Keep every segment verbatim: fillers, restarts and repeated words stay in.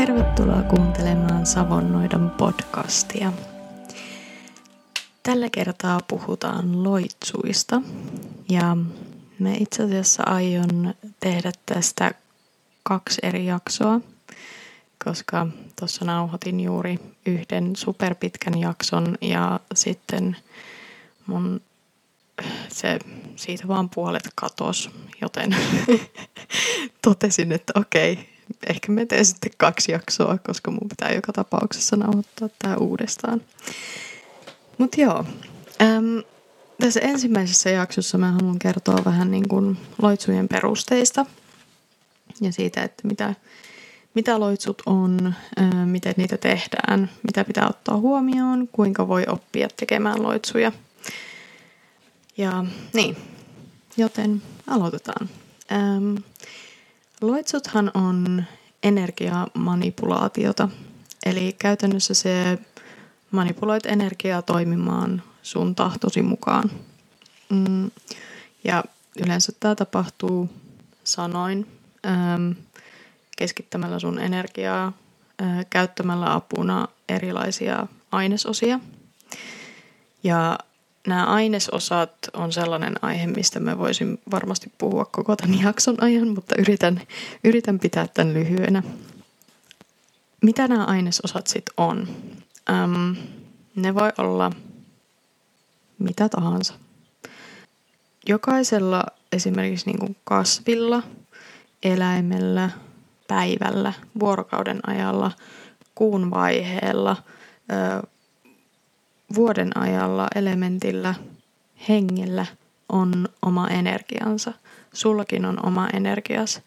Tervetuloa kuuntelemaan Savonnoidan podcastia. Tällä kertaa puhutaan loitsuista ja me itse asiassa aion tehdä tästä kaksi eri jaksoa, koska tuossa nauhoitin juuri yhden superpitkän jakson ja sitten mun se siitä vaan puolet katosi, joten totesin, että okei, ehkä me teen sitten kaksi jaksoa, koska mun pitää joka tapauksessa nauhoittaa tää uudestaan. Mut joo, äm, tässä ensimmäisessä jaksossa mä haluan kertoa vähän niin kuin loitsujen perusteista ja siitä, että mitä, mitä loitsut on, ää, miten niitä tehdään, mitä pitää ottaa huomioon, kuinka voi oppia tekemään loitsuja. Ja niin, joten aloitetaan. Ähm, loitsuthan on energiamanipulaatiota, eli käytännössä se manipuloit energiaa toimimaan sun tahtosi mukaan. Mm, ja yleensä tämä tapahtuu sanoin, ähm, keskittämällä sun energiaa, äh, käyttämällä apuna erilaisia ainesosia. Ja nämä ainesosat on sellainen aihe, mistä mä voisin varmasti puhua koko tämän jakson ajan, mutta yritän, yritän pitää tämän lyhyenä. Mitä nämä ainesosat sitten on? Ähm, ne voi olla mitä tahansa. Jokaisella esimerkiksi niin kuin kasvilla, eläimellä, päivällä, vuorokauden ajalla, kuun vaiheella, ö, vuoden ajalla, elementillä, hengellä on oma energiansa. Sullakin on oma energias.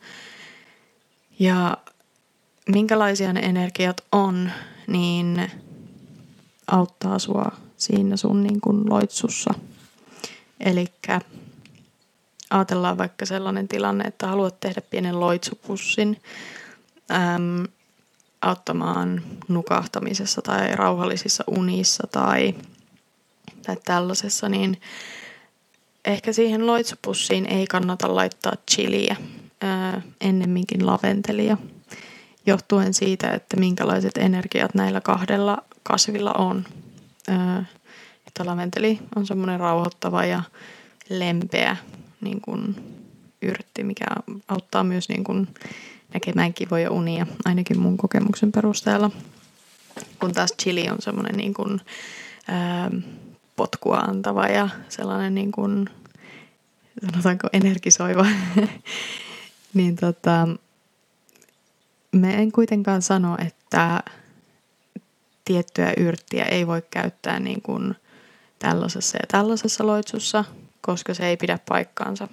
Ja minkälaisia ne energiat on, niin auttaa sua siinä sun niin kuin loitsussa. Elikkä ajatellaan vaikka sellainen tilanne, että haluat tehdä pienen loitsupussin äm, auttamaan nukahtamisessa tai rauhallisissa unissa tai, tai tällaisessa, niin ehkä siihen loitsupussiin ei kannata laittaa chiliä, ää, ennemminkin laventelia, johtuen siitä, että minkälaiset energiat näillä kahdella kasvilla on. Ää, että laventeli on semmoinen rauhoittava ja lempeä niin kuin yrtti, mikä auttaa myös niin kuin näkemään kivoja unia, ainakin mun kokemuksen perusteella. Kun taas chili on semmoinen niin kuin, ää, potkua antava ja sellainen niin kuin, sanotaanko energisoiva. niin tota, me en kuitenkaan sano, että tiettyä yrttiä ei voi käyttää niin kuin tällaisessa ja tällaisessa loitsussa, koska se ei pidä paikkaansa.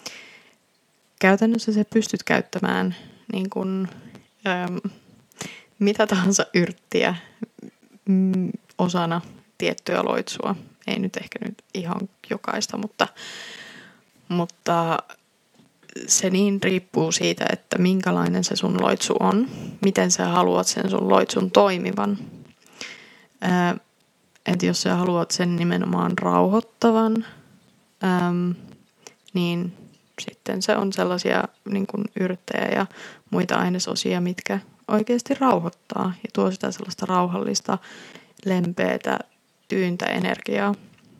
Käytännössä se pystyt käyttämään niin kuin, äm, mitä tahansa yrttiä mm, osana tiettyä loitsua. Ei nyt ehkä nyt ihan jokaista, mutta, mutta se niin riippuu siitä, että minkälainen se sun loitsu on, miten sä haluat sen sun loitsun toimivan. Ää, että jos sä haluat sen nimenomaan rauhoittavan, äm, niin sitten se on sellaisia niin kuin yrttejä ja muita ainesosia, mitkä oikeasti rauhoittaa ja tuo sitä sellaista rauhallista, lempeätä, tyyntä energiaa.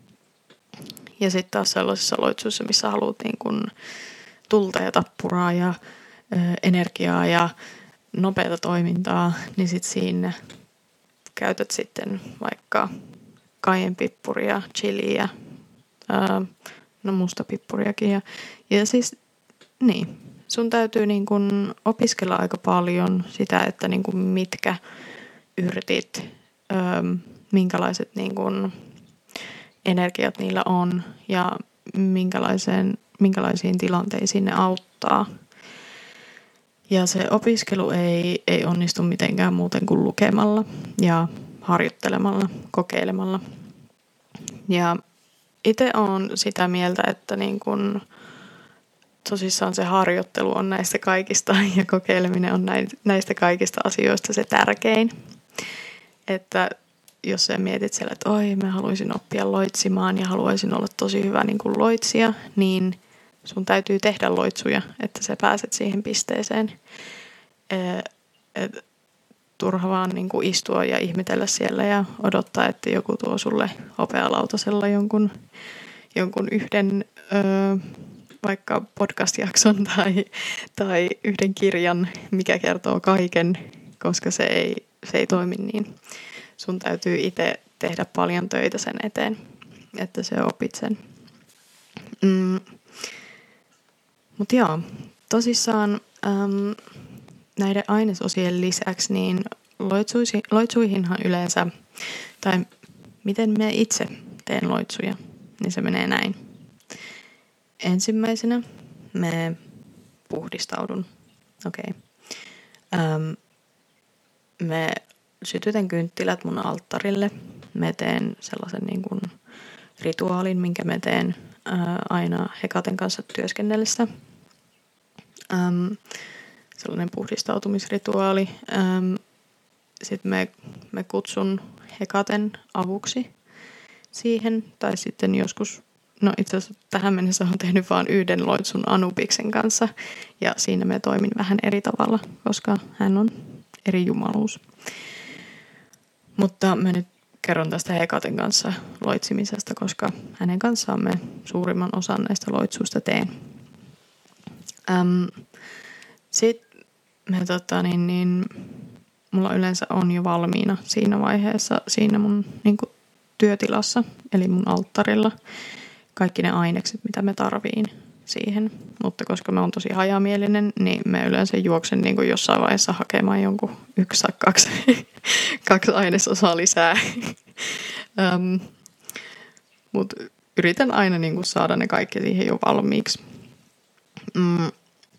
Ja sitten taas sellaisissa loitsuissa, missä haluat niin kuin tulta ja tappuraa ja ö, energiaa ja nopeata toimintaa, niin sitten siinä käytät sitten vaikka cayennepippuria, chiliä, ö, no mustapippuriakin. Ja, ja siis niin, sun täytyy niin kun opiskella aika paljon sitä, että niin kun mitkä yrtit, ö, minkälaiset niin kun energiat niillä on ja minkälaiseen, minkälaisiin tilanteisiin ne auttaa. Ja se opiskelu ei, ei onnistu mitenkään muuten kuin lukemalla ja harjoittelemalla, kokeilemalla. Ja itse olen sitä mieltä, että niin kun tosissaan se harjoittelu on näistä kaikista ja kokeileminen on näistä kaikista asioista se tärkein. Että jos sä mietit siellä, että oi mä haluaisin oppia loitsimaan ja haluaisin olla tosi hyvä niin kuin loitsija, niin sun täytyy tehdä loitsuja, että sä pääset siihen pisteeseen. Et turha vaan niin kuin istua ja ihmetellä siellä ja odottaa, että joku tuo sulle hopealautasella jonkun, jonkun yhden öö, vaikka podcast-jakson tai, tai yhden kirjan, mikä kertoo kaiken, koska se ei, se ei toimi niin. Sun täytyy itse tehdä paljon töitä sen eteen, että sä opit sen. Mm. Mutta joo, tosissaan äm, näiden ainesosien lisäksi niin loitsuisi, loitsuihinhan yleensä, tai miten me itse teen loitsuja, niin se menee näin. Ensimmäisenä me puhdistaudun. Okei. Okay. Ähm, me sytytän kynttilät mun alttarille. Me teen sellaisen niin kuin rituaalin, minkä me teen ää, aina Hekaten kanssa työskennellessä. Ähm, sellainen puhdistautumisrituaali. Ähm, sitten me, me kutsun Hekaten avuksi siihen. Tai sitten joskus, no itse asiassa tähän mennessä olen tehnyt vain yhden loitsun Anubiksen kanssa. Ja siinä me toimin vähän eri tavalla, koska hän on eri jumaluus. Mutta mä nyt kerron tästä Hekaten kanssa loitsimisesta, koska hänen kanssaan me suurimman osan näistä loitsuista teen. Ähm, Sitten me, tota, niin, niin, mulla yleensä on jo valmiina siinä vaiheessa, siinä mun niin kuin, työtilassa, eli mun alttarilla, kaikki ne ainekset, mitä me tarviin siihen. Mutta koska mä oon tosi hajamielinen, niin mä yleensä juoksen niin kuin jossain vaiheessa hakemaan jonkun yksi tai kaksi, kaksi ainesosaa lisää. um, Mutta yritän aina niin kuin saada ne kaikki siihen jo valmiiksi. Mm.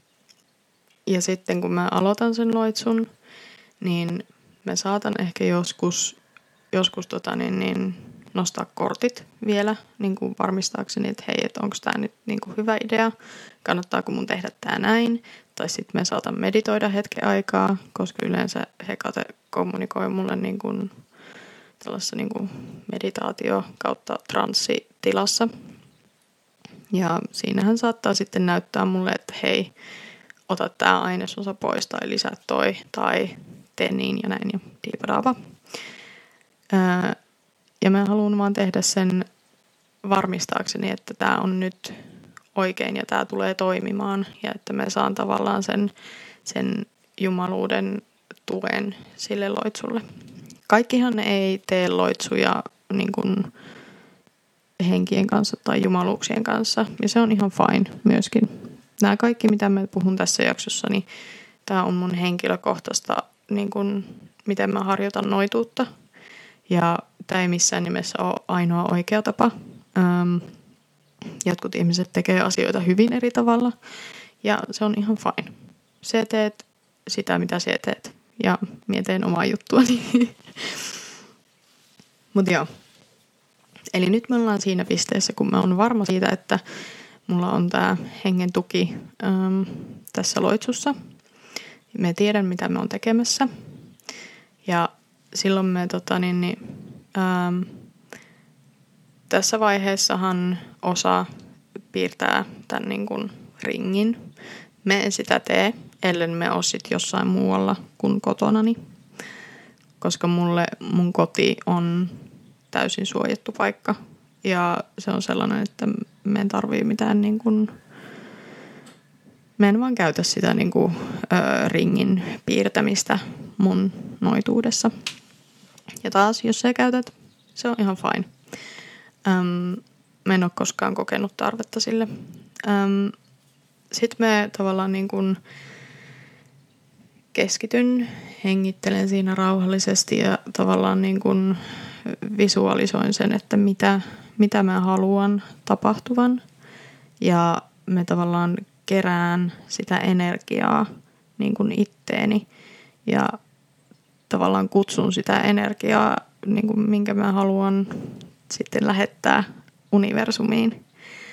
Ja sitten kun mä aloitan sen loitsun, niin mä saatan ehkä joskus, joskus tota niin, niin nostaa kortit vielä niin kuin varmistaakseni, että hei, että onko tämä nyt niin kuin hyvä idea, kannattaako mun tehdä tämä näin, tai sitten mä saatan meditoida hetken aikaa, koska yleensä Hekate kommunikoi mulle niin kuin tällaisessa niin kuin meditaatio kautta transsitilassa. Ja siinähän saattaa sitten näyttää mulle, että hei, ota tämä ainesosa pois tai lisää toi tai tee niin ja näin ja diipadaava. Öö, ja mä haluan vaan tehdä sen varmistaakseni, että tämä on nyt oikein ja tämä tulee toimimaan ja että mä saan tavallaan sen, sen jumaluuden tuen sille loitsulle. Kaikkihan ei tee loitsuja niin kuin henkien kanssa tai jumaluuksien kanssa ja se on ihan fine myöskin. Nämä kaikki, mitä mä puhun tässä jaksossa, niin tämä on mun henkilökohtaista, niin kuin, miten mä harjoitan noituutta. Ja tämä ei missään nimessä ole ainoa oikea tapa. Ähm, jotkut ihmiset tekee asioita hyvin eri tavalla ja se on ihan fine. Sä teet sitä, mitä sä teet ja mie teen omaa juttuani. Mut joo. Eli nyt me ollaan siinä pisteessä, kun mä oon varma siitä, että mulla on tää hengen tuki ähm, tässä loitsussa. Me tiedän, mitä me on tekemässä. Ja silloin me tota, niin, niin, ähm, tässä vaiheessahan osa piirtää tämän niin kuin ringin. Me en sitä tee, ellen me ole sit jossain muualla kuin kotonani. Koska mulle mun koti on täysin suojattu paikka. Ja se on sellainen, että me en tarvii mitään niin kuin, me en vaan käytä sitä niin kuin, ö, ringin piirtämistä mun noituudessa. Ja taas, jos sä käytät, se on ihan fine. Öm, mä en ole koskaan kokenut tarvetta sille. Öm, Sitten me tavallaan niin kuin keskityn, hengittelen siinä rauhallisesti ja tavallaan niin kuin visualisoin sen, että mitä, mitä mä haluan tapahtuvan. Ja me tavallaan kerään sitä energiaa niin kuin itteeni ja tavallaan kutsun sitä energiaa, niin kuin minkä mä haluan sitten lähettää universumiin.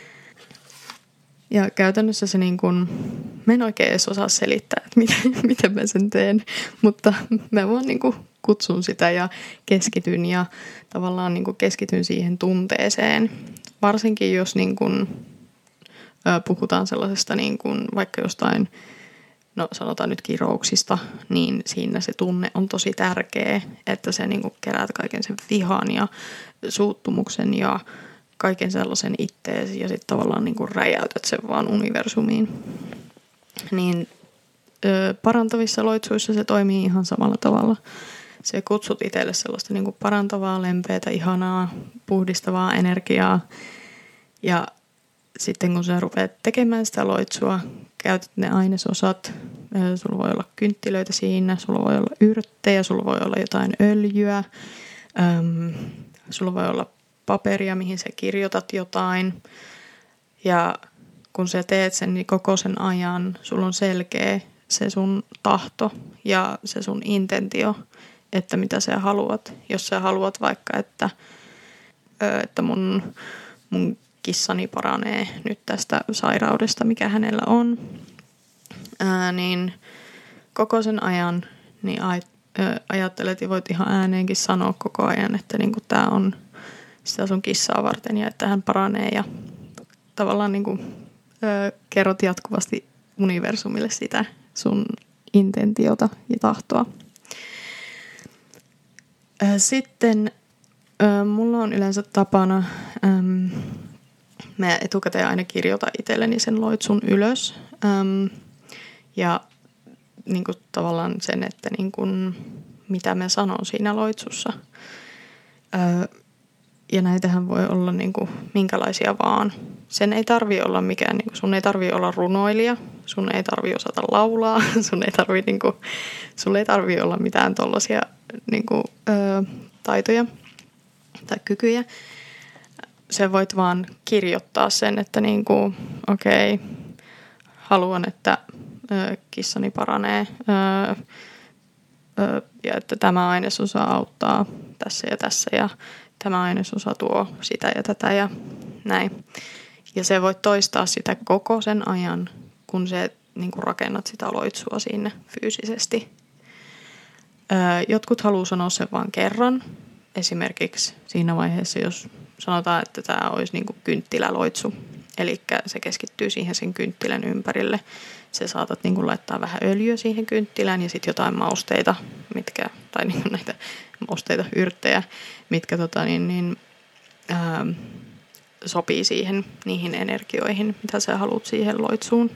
Ja käytännössä se niin kuin, mä en oikein edes osaa selittää, että miten, miten mä sen teen, mutta mä vaan niin kuin kutsun sitä ja keskityn ja tavallaan niin kuin keskityn siihen tunteeseen. Varsinkin jos niin kuin, ö, puhutaan sellaisesta niin kuin, vaikka jostain no sanotaan nyt kirouksista, niin siinä se tunne on tosi tärkeä, että sä niin kuin keräät kaiken sen vihan ja suuttumuksen ja kaiken sellaisen itteesi ja sitten tavallaan niin kuin räjäytät sen vaan universumiin. Niin ö, parantavissa loitsuissa se toimii ihan samalla tavalla. Se kutsut itselle sellaista niin kuin parantavaa, lempeätä, ihanaa, puhdistavaa energiaa. Ja sitten kun sä rupeat tekemään sitä loitsua, käytät ne ainesosat. Sulla voi olla kynttilöitä siinä, sulla voi olla yrttejä, sulla voi olla jotain öljyä. Öm, sulla voi olla paperia, mihin sä kirjoitat jotain. Ja kun sä teet sen, niin koko sen ajan sulla on selkeä se sun tahto ja se sun intentio, että mitä sä haluat. Jos sä haluat vaikka, että, että mun, mun kissani paranee nyt tästä sairaudesta, mikä hänellä on, ää, niin koko sen ajan niin ajattelet ja voit ihan ääneenkin sanoa koko ajan, että niinku tää on sitä sun kissaa varten ja että hän paranee ja tavallaan niinku, ö, kerrot jatkuvasti universumille sitä sun intentiota ja tahtoa. Sitten ö, mulla on yleensä tapana, äm, mä etukäteen aina kirjoitan itselleni sen loitsun ylös äm, ja niin kuin tavallaan sen, että niin kuin, mitä mä sanon siinä loitsussa. Ö, ja näitähän voi olla niin kuin, minkälaisia vaan. Sen ei tarvitse olla mikään, niin kuin, sun ei tarvitse olla runoilija, sun ei tarvitse osata laulaa, sun ei tarvitse, niin kuin, sun ei tarvitse olla mitään tollaisia niin kuin, ö, taitoja tai kykyjä. Sä voit vaan kirjoittaa sen, että niin kuin, okei, okay, haluan, että ö, kissani paranee ö, ö, ja että tämä ainesosa auttaa tässä ja tässä ja tämä ainesosa tuo sitä ja tätä ja näin. Ja se voit toistaa sitä koko sen ajan, kun se niin kuin rakennat sitä loitsua sinne fyysisesti. Öö, jotkut haluaa sanoa sen vain kerran. Esimerkiksi siinä vaiheessa, jos sanotaan, että tämä olisi niin kuin kynttiläloitsu. Eli se keskittyy siihen sen kynttilän ympärille. Se saatat niin kuin laittaa vähän öljyä siihen kynttilään ja sitten jotain mausteita, mitkä, tai niin kuin näitä mausteita, yrttejä, mitkä tota, niin, niin, ää, sopii siihen, niihin energioihin, mitä sä haluat siihen loitsuun.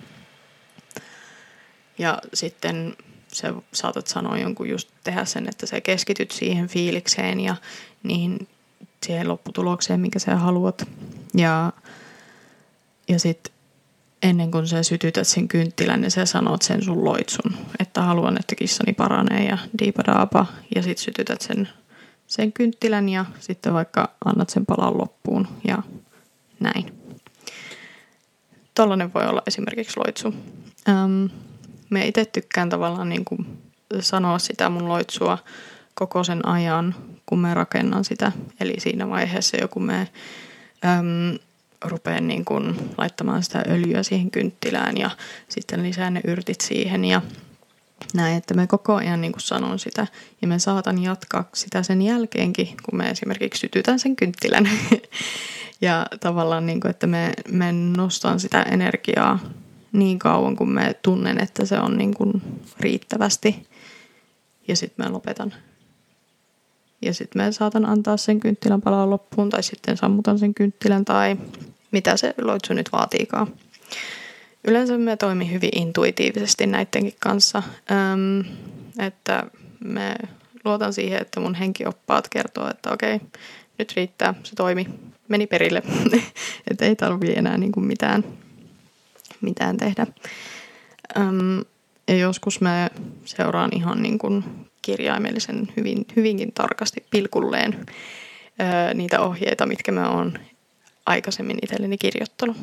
Ja sitten sä saatat sanoa jonkun just tehdä sen, että sä keskityt siihen fiilikseen ja niihin, siihen lopputulokseen, minkä sä haluat. Ja, ja sitten ennen kuin sä sytytät sen kynttilän, niin sä sanot sen sun loitsun, että haluan, että kissani paranee ja diipadaapa. Ja sitten sytytät sen, sen kynttilän ja sitten vaikka annat sen palan loppuun ja näin. Tollainen voi olla esimerkiksi loitsu. Ähm, me itse tykkään tavallaan niin kuin sanoa sitä mun loitsua koko sen ajan, kun mä rakennan sitä. Eli siinä vaiheessa joku me äm, rupean niin kuin laittamaan sitä öljyä siihen kynttilään ja sitten lisään ne yrtit siihen ja näin, että mä koko ajan niin kuin sanon sitä ja mä saatan jatkaa sitä sen jälkeenkin, kun mä esimerkiksi sytytän sen kynttilän. Ja tavallaan, niin kuin, että me, me nostan sitä energiaa niin kauan, kun me tunnen, että se on niin kuin riittävästi. Ja sitten mä lopetan. Ja sitten mä saatan antaa sen kynttilän palaa loppuun, tai sitten sammutan sen kynttilän, tai mitä se loitsu nyt vaatiikaan. Yleensä me toimin hyvin intuitiivisesti näidenkin kanssa. Öm, että me luotan siihen, että mun henkioppaat kertoo, että okei, nyt riittää, se toimi. Meni perille, että ei tarvitse enää niin kuin mitään, mitään tehdä. Öm, ja joskus mä seuraan ihan niin kuin kirjaimellisen hyvin, hyvinkin tarkasti pilkulleen ö, niitä ohjeita, mitkä mä oon aikaisemmin itselleni kirjoittanut.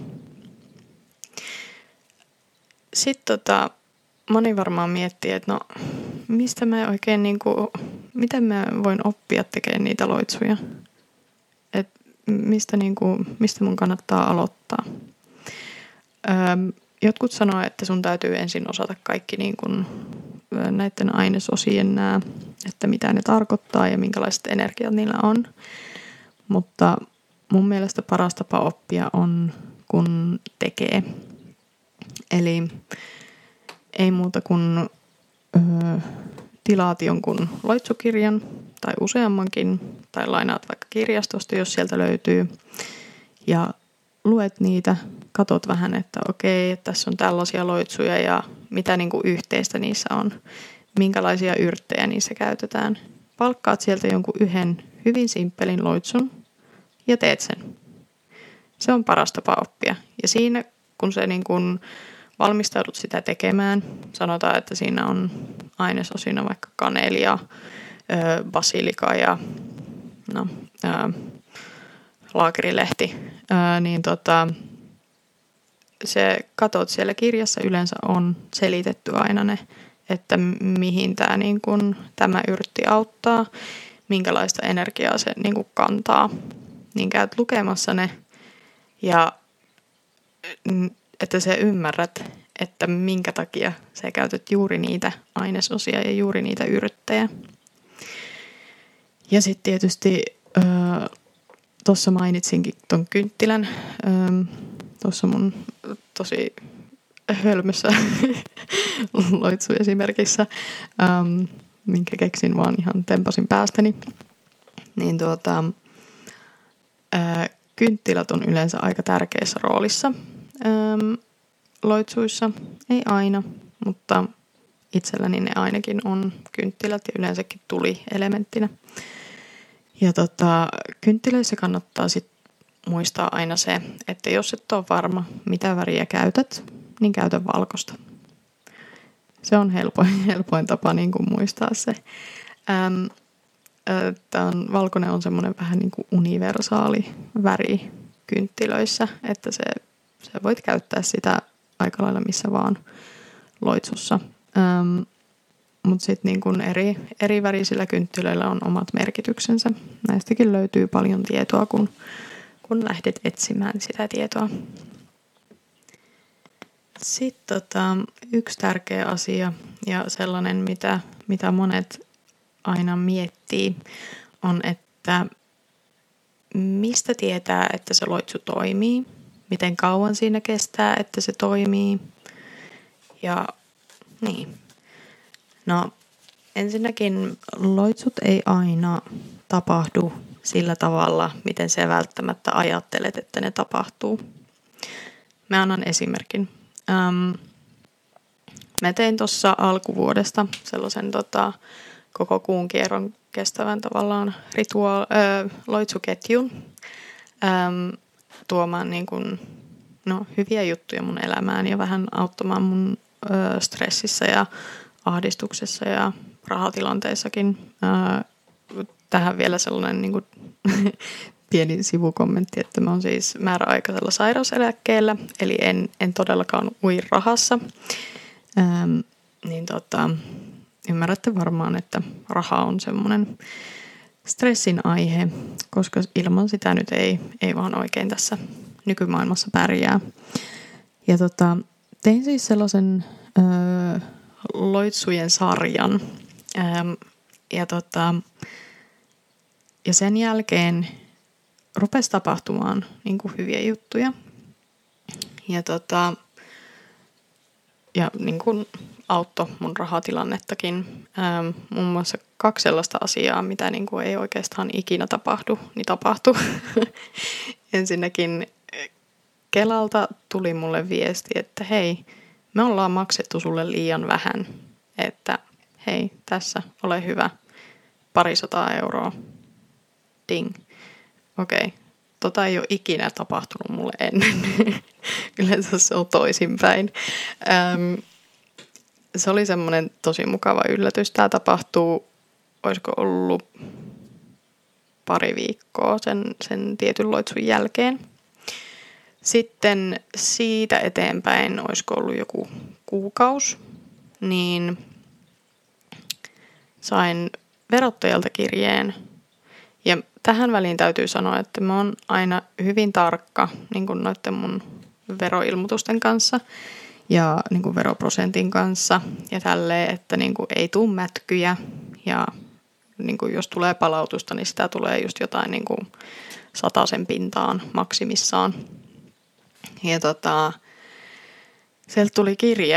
Sitten tota, moni varmaan miettii, että no mistä mä oikein niin kuin, miten mä voin oppia tekemään niitä loitsuja. Mistä, niin kuin, mistä mun kannattaa aloittaa. Öm, jotkut sanoo, että sun täytyy ensin osata kaikki niin kuin, näiden ainesosien nämä, että mitä ne tarkoittaa ja minkälaiset energiat niillä on. Mutta mun mielestä paras tapa oppia on, kun tekee. Eli ei muuta kuin öö, tilaat jonkun loitsukirjan tai useammankin, tai lainaat vaikka kirjastosta, jos sieltä löytyy, ja luet niitä, katot vähän, että okei, että tässä on tällaisia loitsuja ja mitä niin kuin yhteistä niissä on, minkälaisia yrttejä niissä käytetään. Palkkaat sieltä jonkun yhden hyvin simppelin loitsun ja teet sen. Se on paras tapa oppia. Ja siinä, kun se niin kuin valmistaudut sitä tekemään, sanotaan, että siinä on ainesosina vaikka kanelia, ö, basilika ja no, ö, laakerilehti, ö, niin tota, se katot siellä kirjassa yleensä on selitetty aina ne, että mihin tämä, niin kun, tämä yrtti auttaa, minkälaista energiaa se niin kun kantaa. Niin käyt lukemassa ne ja että sä ymmärrät, että minkä takia sä käytät juuri niitä ainesosia ja juuri niitä yrttejä. Ja sitten tietysti tuossa mainitsinkin ton kynttilän. Tuossa mun tosi hölmössä loitsuesimerkissä, ähm, minkä keksin vaan ihan tempasin päästäni. Niin tuota, äh, kynttilät on yleensä aika tärkeässä roolissa ähm, loitsuissa. Ei aina, mutta itselläni ne ainakin on kynttilät ja yleensäkin tuli elementtinä. Ja tota, kynttilöissä kannattaa sit muistaa aina se, että jos et ole varma, mitä väriä käytät, niin käytä valkoista. Se on helpoin, helpoin tapa niin kuin muistaa se. Ähm, tämän valkoinen on semmoinen vähän niin kuin universaali väri kynttilöissä, että se, se voit käyttää sitä aika lailla missä vaan loitsussa. Ähm, Mutta sitten niin kuin eri, eri värisillä kynttilöillä on omat merkityksensä. Näistäkin löytyy paljon tietoa, kun, kun lähdet etsimään sitä tietoa. Sitten tota, yksi tärkeä asia ja sellainen, mitä, mitä monet aina miettii, on, että mistä tietää, että se loitsu toimii, miten kauan siinä kestää, että se toimii ja niin. No ensinnäkin loitsut ei aina tapahdu sillä tavalla, miten sä välttämättä ajattelet, että ne tapahtuu. Mä annan esimerkin. Ähm, mä tein tuossa alkuvuodesta sellaisen tota, koko kuun kierron kestävän tavallaan rituaal, äh, loitsuketjun ähm, tuomaan niin kun, no, hyviä juttuja mun elämään ja vähän auttamaan mun äh, stressissä ja ahdistuksessa ja rahatilanteissakin. Äh, tähän vielä sellainen niin kuin, pieni sivukommentti, että mä oon siis määräaikaisella sairauseläkkeellä, eli en, en todellakaan ui rahassa. Ähm, niin tota, ymmärrätte varmaan, että raha on semmoinen stressin aihe, koska ilman sitä nyt ei, ei vaan oikein tässä nykymaailmassa pärjää. Ja tota, tein siis sellaisen öö, loitsujen sarjan. Ähm, ja, tota, ja sen jälkeen rupesi tapahtumaan niin kuin hyviä juttuja. Ja, tota, ja niin kuin auttoi mun rahatilannettakin. Ähm, muun muassa kaksi sellaista asiaa, mitä niin kuin ei oikeastaan ikinä tapahdu, niin tapahtui. Ensinnäkin Kelalta tuli mulle viesti, että hei, me ollaan maksettu sulle liian vähän, että hei, tässä, ole hyvä, parisataa euroa, ding. Okei, okay. Tota ei ole ikinä tapahtunut mulle ennen. Yleensä se on toisinpäin. Ähm, se oli semmoinen tosi mukava yllätys. Tämä tapahtuu, olisiko ollut pari viikkoa sen, sen tietyn loitsun jälkeen. Sitten siitä eteenpäin, olisiko ollut joku kuukausi, niin sain verottajalta kirjeen. Ja tähän väliin täytyy sanoa, että mä oon aina hyvin tarkka niin kuin noiden mun veroilmoitusten kanssa ja niin kuin veroprosentin kanssa ja tälleen, että niin kuin ei tule mätkyjä ja niin kuin jos tulee palautusta, niin sitä tulee just jotain niin kuin satasen pintaan maksimissaan. Ja tota, sieltä tuli kirje,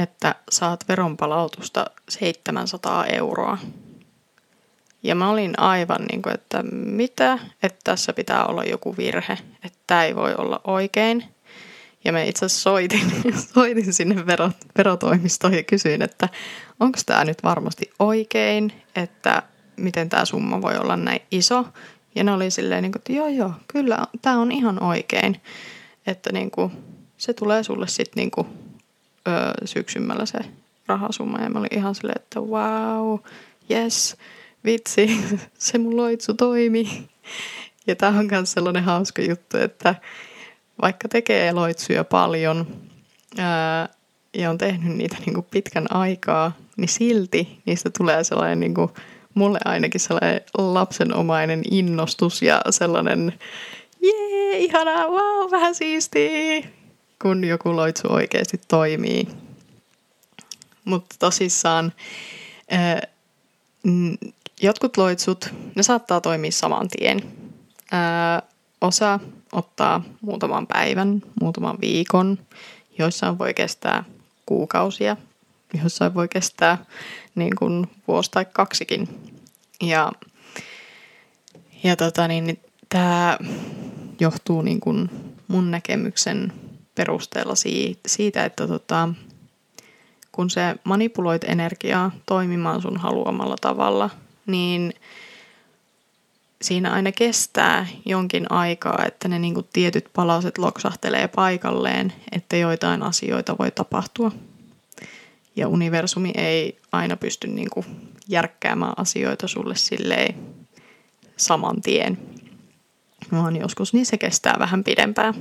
että saat veronpalautusta seitsemänsataa euroa. Ja mä olin aivan niin kuin, että mitä, että tässä pitää olla joku virhe, että tämä ei voi olla oikein. Ja mä itse asiassa soitin, soitin sinne vero, verotoimistoon ja kysyin, että onko tämä nyt varmasti oikein, että miten tämä summa voi olla näin iso. Ja ne oli silleen, niin kuin, että joo joo, kyllä tämä on ihan oikein, että niin kuin, se tulee sulle sitten niin kuin, ö, syksymällä se rahasumma. Ja mä olin ihan silleen, että wow, yes, vitsi, se mun loitsu toimi. Ja tämä on myös sellainen hauska juttu, että vaikka tekee loitsuja paljon ää, ja on tehnyt niitä niin kuin pitkän aikaa, niin silti niistä tulee sellainen, niin kuin, mulle ainakin sellainen lapsenomainen innostus ja sellainen, jee, ihanaa, wow, vähän siistiä, kun joku loitsu oikeasti toimii. Mutta tosissaan ää, jotkut loitsut, ne saattaa toimia saman tien. Ää, osa ottaa muutaman päivän, muutaman viikon, joissain voi kestää kuukausia, joissain voi kestää niin kuin vuosi tai kaksikin. Ja, ja tota niin, tämä johtuu niin kuin mun näkemyksen perusteella siitä, että tota, kun sä manipuloit energiaa toimimaan sun haluamalla tavalla, niin siinä aina kestää jonkin aikaa, että ne niinku tietyt palaset loksahtelee paikalleen, että joitain asioita voi tapahtua. Ja universumi ei aina pysty niinku järkkäämään asioita sulle silleen saman tien, vaan joskus niin se kestää vähän pidempään.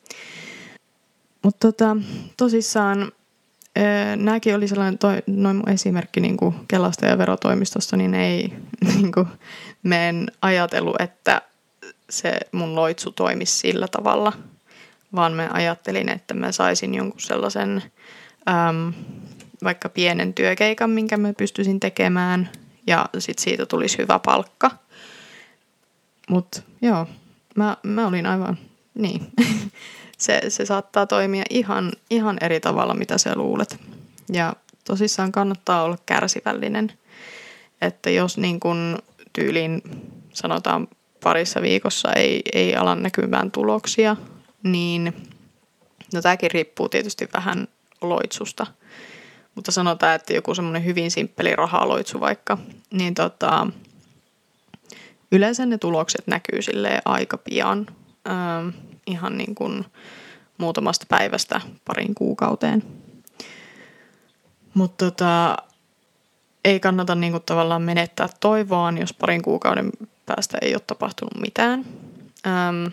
Mutta tota, tosissaan nämäkin oli sellainen, toi, noin mun esimerkki niin kuin Kelasta ja verotoimistosta, niin ei niin kuin, mä en ajatellut, että se mun loitsu toimisi sillä tavalla, vaan mä ajattelin, että mä saisin jonkun sellaisen äm, vaikka pienen työkeikan, minkä mä pystyisin tekemään, ja sit siitä tulisi hyvä palkka. Mutta joo, mä, mä olin aivan niin. Se, se saattaa toimia ihan, ihan eri tavalla, mitä sä luulet. Ja tosissaan kannattaa olla kärsivällinen. Että jos niin kun tyyliin sanotaan parissa viikossa ei, ei ala näkymään tuloksia, niin no tämäkin riippuu tietysti vähän loitsusta. Mutta sanotaan, että joku semmoinen hyvin simppeli rahaloitsu vaikka, niin tota, yleensä ne tulokset näkyy silleen aika pian. Ähm, ihan niin kuin muutamasta päivästä parin kuukauteen. Mutta tota, ei kannata niin kuin tavallaan menettää toivoaan, jos parin kuukauden päästä ei ole tapahtunut mitään. Ähm,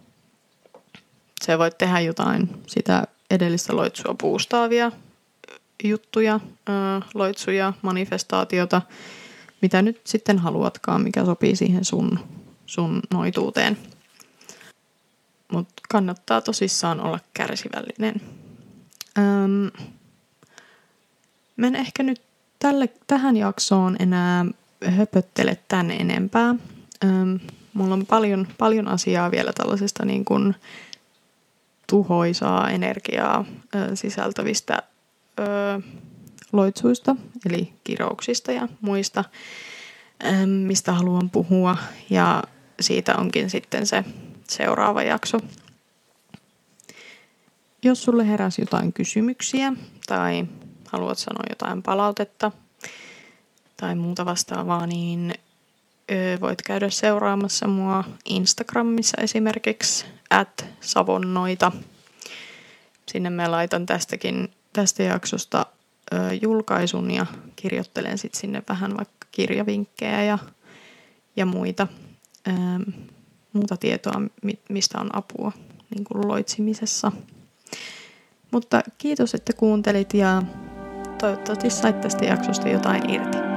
se voit tehdä jotain sitä edellistä loitsua boostaavia juttuja, äh, loitsuja, manifestaatiota, mitä nyt sitten haluatkaan, mikä sopii siihen sun, sun noituuteen. Mutta kannattaa tosissaan olla kärsivällinen. Öm, mä en ehkä nyt tälle, tähän jaksoon enää höpöttele tän enempää. Öm, mulla on paljon, paljon asiaa vielä tällaisesta niin kuin tuhoisaa energiaa ö, sisältävistä ö, loitsuista, eli kirouksista ja muista, ö, mistä haluan puhua. Ja siitä onkin sitten se seuraava jakso. Jos sulle heräsi jotain kysymyksiä tai haluat sanoa jotain palautetta tai muuta vastaavaa, niin voit käydä seuraamassa mua Instagramissa esimerkiksi at savonnoita. Sinne mä laitan tästäkin, tästä jaksosta ö, julkaisun ja kirjoittelen sit sinne vähän vaikka kirjavinkkejä ja, ja muita. Ö, muuta tietoa, mistä on apua niin kuin loitsimisessa. Mutta kiitos, että kuuntelit ja toivottavasti sait tästä jaksosta jotain irti.